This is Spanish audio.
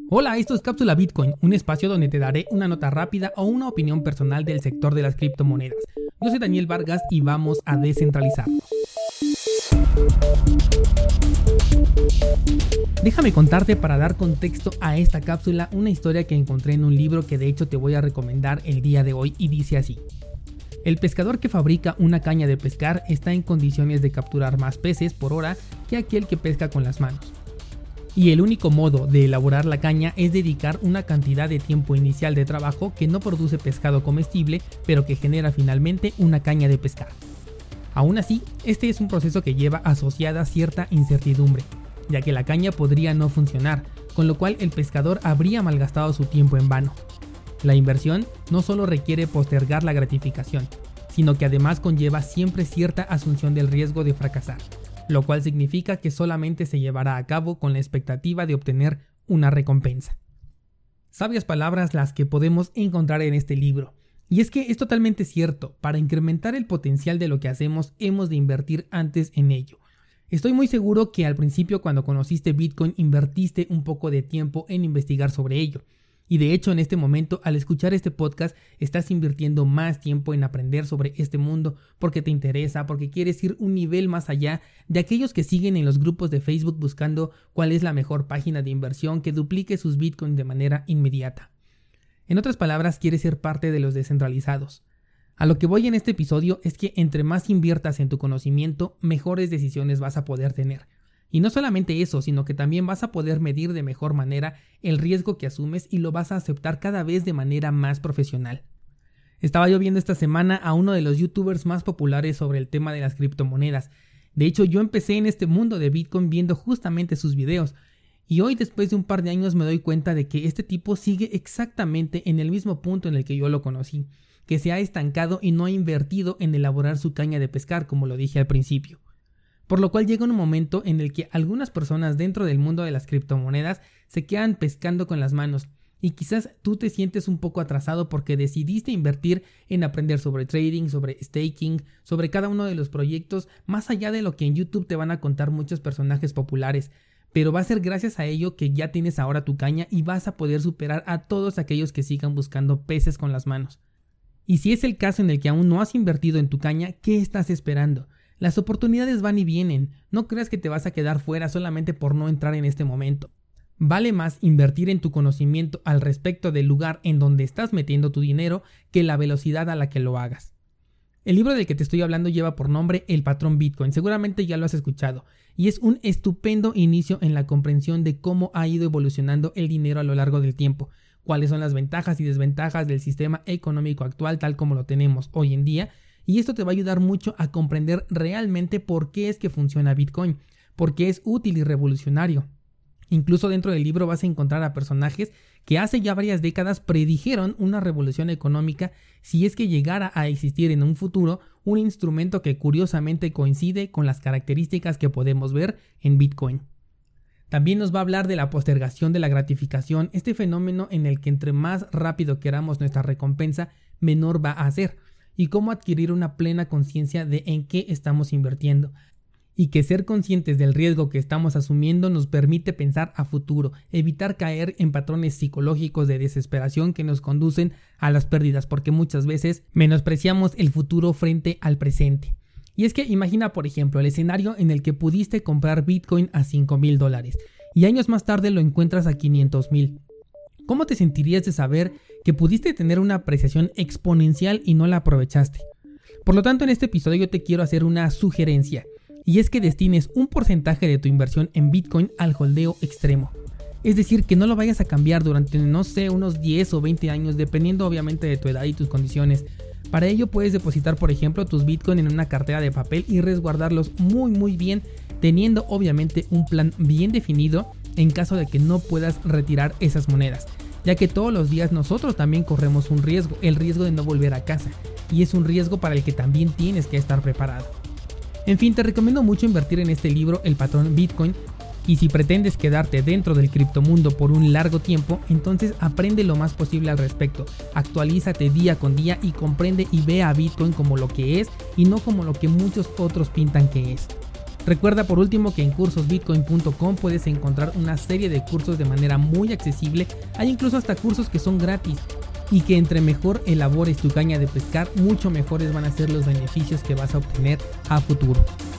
Hola, esto es Cápsula Bitcoin, un espacio donde te daré una nota rápida o una opinión personal del sector de las criptomonedas. Yo soy Daniel Vargas y vamos a descentralizarnos. Déjame contarte, para dar contexto a esta cápsula, una historia que encontré en un libro que de hecho te voy a recomendar el día de hoy, y dice así: el pescador que fabrica una caña de pescar está en condiciones de capturar más peces por hora que aquel que pesca con las manos. Y el único modo de elaborar la caña es dedicar una cantidad de tiempo inicial de trabajo que no produce pescado comestible, pero que genera finalmente una caña de pescar. Aún así, este es un proceso que lleva asociada cierta incertidumbre, ya que la caña podría no funcionar, con lo cual el pescador habría malgastado su tiempo en vano. La inversión no solo requiere postergar la gratificación, sino que además conlleva siempre cierta asunción del riesgo de fracasar, lo cual significa que solamente se llevará a cabo con la expectativa de obtener una recompensa. Sabias palabras las que podemos encontrar en este libro. Y es que es totalmente cierto, para incrementar el potencial de lo que hacemos hemos de invertir antes en ello. Estoy muy seguro que al principio, cuando conociste Bitcoin, invertiste un poco de tiempo en investigar sobre ello. Y de hecho, en este momento, al escuchar este podcast, estás invirtiendo más tiempo en aprender sobre este mundo porque te interesa, porque quieres ir un nivel más allá de aquellos que siguen en los grupos de Facebook buscando cuál es la mejor página de inversión que duplique sus Bitcoin de manera inmediata. En otras palabras, quieres ser parte de los descentralizados. A lo que voy en este episodio es que entre más inviertas en tu conocimiento, mejores decisiones vas a poder tener. Y no solamente eso, sino que también vas a poder medir de mejor manera el riesgo que asumes y lo vas a aceptar cada vez de manera más profesional. Estaba yo viendo esta semana a uno de los youtubers más populares sobre el tema de las criptomonedas. De hecho, yo empecé en este mundo de Bitcoin viendo justamente sus videos. Y hoy, después de un par de años, me doy cuenta de que este tipo sigue exactamente en el mismo punto en el que yo lo conocí, que se ha estancado y no ha invertido en elaborar su caña de pescar, como lo dije al principio. Por lo cual llega un momento en el que algunas personas dentro del mundo de las criptomonedas se quedan pescando con las manos, y quizás tú te sientes un poco atrasado porque decidiste invertir en aprender sobre trading, sobre staking, sobre cada uno de los proyectos, más allá de lo que en YouTube te van a contar muchos personajes populares. Pero va a ser gracias a ello que ya tienes ahora tu caña y vas a poder superar a todos aquellos que sigan buscando peces con las manos. Y si es el caso en el que aún no has invertido en tu caña, ¿qué estás esperando? Las oportunidades van y vienen, no creas que te vas a quedar fuera solamente por no entrar en este momento. Vale más invertir en tu conocimiento al respecto del lugar en donde estás metiendo tu dinero que la velocidad a la que lo hagas. El libro del que te estoy hablando lleva por nombre El Patrón Bitcoin, seguramente ya lo has escuchado, y es un estupendo inicio en la comprensión de cómo ha ido evolucionando el dinero a lo largo del tiempo, cuáles son las ventajas y desventajas del sistema económico actual tal como lo tenemos hoy en día. Y esto te va a ayudar mucho a comprender realmente por qué es que funciona Bitcoin, por qué es útil y revolucionario. Incluso dentro del libro vas a encontrar a personajes que hace ya varias décadas predijeron una revolución económica si es que llegara a existir en un futuro un instrumento que curiosamente coincide con las características que podemos ver en Bitcoin. También nos va a hablar de la postergación de la gratificación, este fenómeno en el que entre más rápido queramos nuestra recompensa, menor va a ser. Y cómo adquirir una plena conciencia de en qué estamos invirtiendo, y que ser conscientes del riesgo que estamos asumiendo nos permite pensar a futuro, evitar caer en patrones psicológicos de desesperación que nos conducen a las pérdidas, porque muchas veces menospreciamos el futuro frente al presente. Y es que imagina, por ejemplo, el escenario en el que pudiste comprar Bitcoin a $5,000 y años más tarde lo encuentras a 500,000. ¿Cómo te sentirías de saber que pudiste tener una apreciación exponencial y no la aprovechaste? Por lo tanto, en este episodio yo te quiero hacer una sugerencia, y es que destines un porcentaje de tu inversión en Bitcoin al holdeo extremo. Es decir, que no lo vayas a cambiar durante, unos 10 o 20 años, dependiendo obviamente de tu edad y tus condiciones. Para ello puedes depositar, por ejemplo, tus Bitcoin en una cartera de papel y resguardarlos muy bien, teniendo obviamente un plan bien definido en caso de que no puedas retirar esas monedas, ya que todos los días nosotros también corremos un riesgo, el riesgo de no volver a casa, y es un riesgo para el que también tienes que estar preparado. En fin, te recomiendo mucho invertir en este libro, El Patrón Bitcoin, y si pretendes quedarte dentro del criptomundo por un largo tiempo, entonces aprende lo más posible al respecto, actualízate día con día y comprende y ve a Bitcoin como lo que es y no como lo que muchos otros pintan que es. Recuerda por último que en cursosbitcoin.com puedes encontrar una serie de cursos de manera muy accesible, hay incluso hasta cursos que son gratis, y que entre mejor elabores tu caña de pescar, mucho mejores van a ser los beneficios que vas a obtener a futuro.